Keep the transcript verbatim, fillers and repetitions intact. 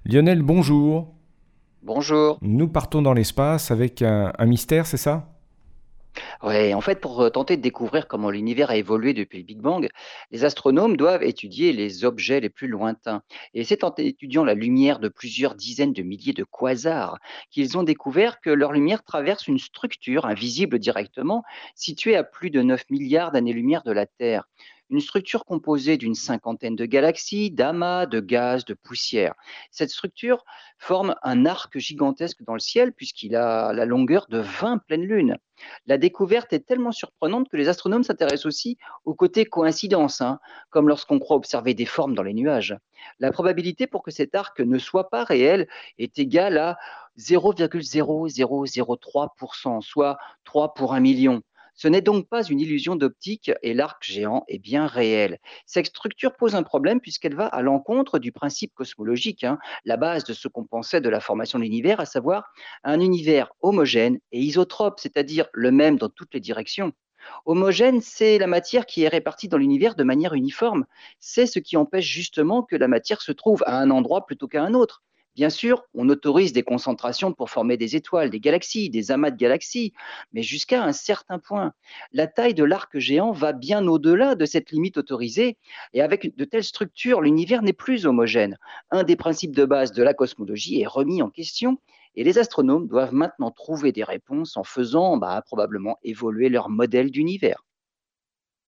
Lionel, bonjour. Bonjour. Nous partons dans l'espace avec un, un mystère, c'est ça? Ouais, en fait, pour euh, tenter de découvrir comment l'univers a évolué depuis le Big Bang, les astronomes doivent étudier les objets les plus lointains. Et c'est en étudiant la lumière de plusieurs dizaines de milliers de quasars qu'ils ont découvert que leur lumière traverse une structure invisible directement, située à plus de neuf milliards d'années-lumière de la Terre. Une structure composée d'une cinquantaine de galaxies, d'amas, de gaz, de poussière. Cette structure forme un arc gigantesque dans le ciel puisqu'il a la longueur de vingt pleines lunes. La découverte est tellement surprenante que les astronomes s'intéressent aussi au côté coïncidence, hein, comme lorsqu'on croit observer des formes dans les nuages. La probabilité pour que cet arc ne soit pas réel est égale à zéro virgule zéro zéro zéro trois pour cent, soit trois pour un million. Ce n'est donc pas une illusion d'optique et l'arc géant est bien réel. Cette structure pose un problème puisqu'elle va à l'encontre du principe cosmologique, hein, la base de ce qu'on pensait de la formation de l'univers, à savoir un univers homogène et isotrope, c'est-à-dire le même dans toutes les directions. Homogène, c'est la matière qui est répartie dans l'univers de manière uniforme. C'est ce qui empêche justement que la matière se trouve à un endroit plutôt qu'à un autre. Bien sûr, on autorise des concentrations pour former des étoiles, des galaxies, des amas de galaxies, mais jusqu'à un certain point. La taille de l'arc géant va bien au-delà de cette limite autorisée, et avec de telles structures, l'univers n'est plus homogène. Un des principes de base de la cosmologie est remis en question, et les astronomes doivent maintenant trouver des réponses en faisant bah, probablement évoluer leur modèle d'univers.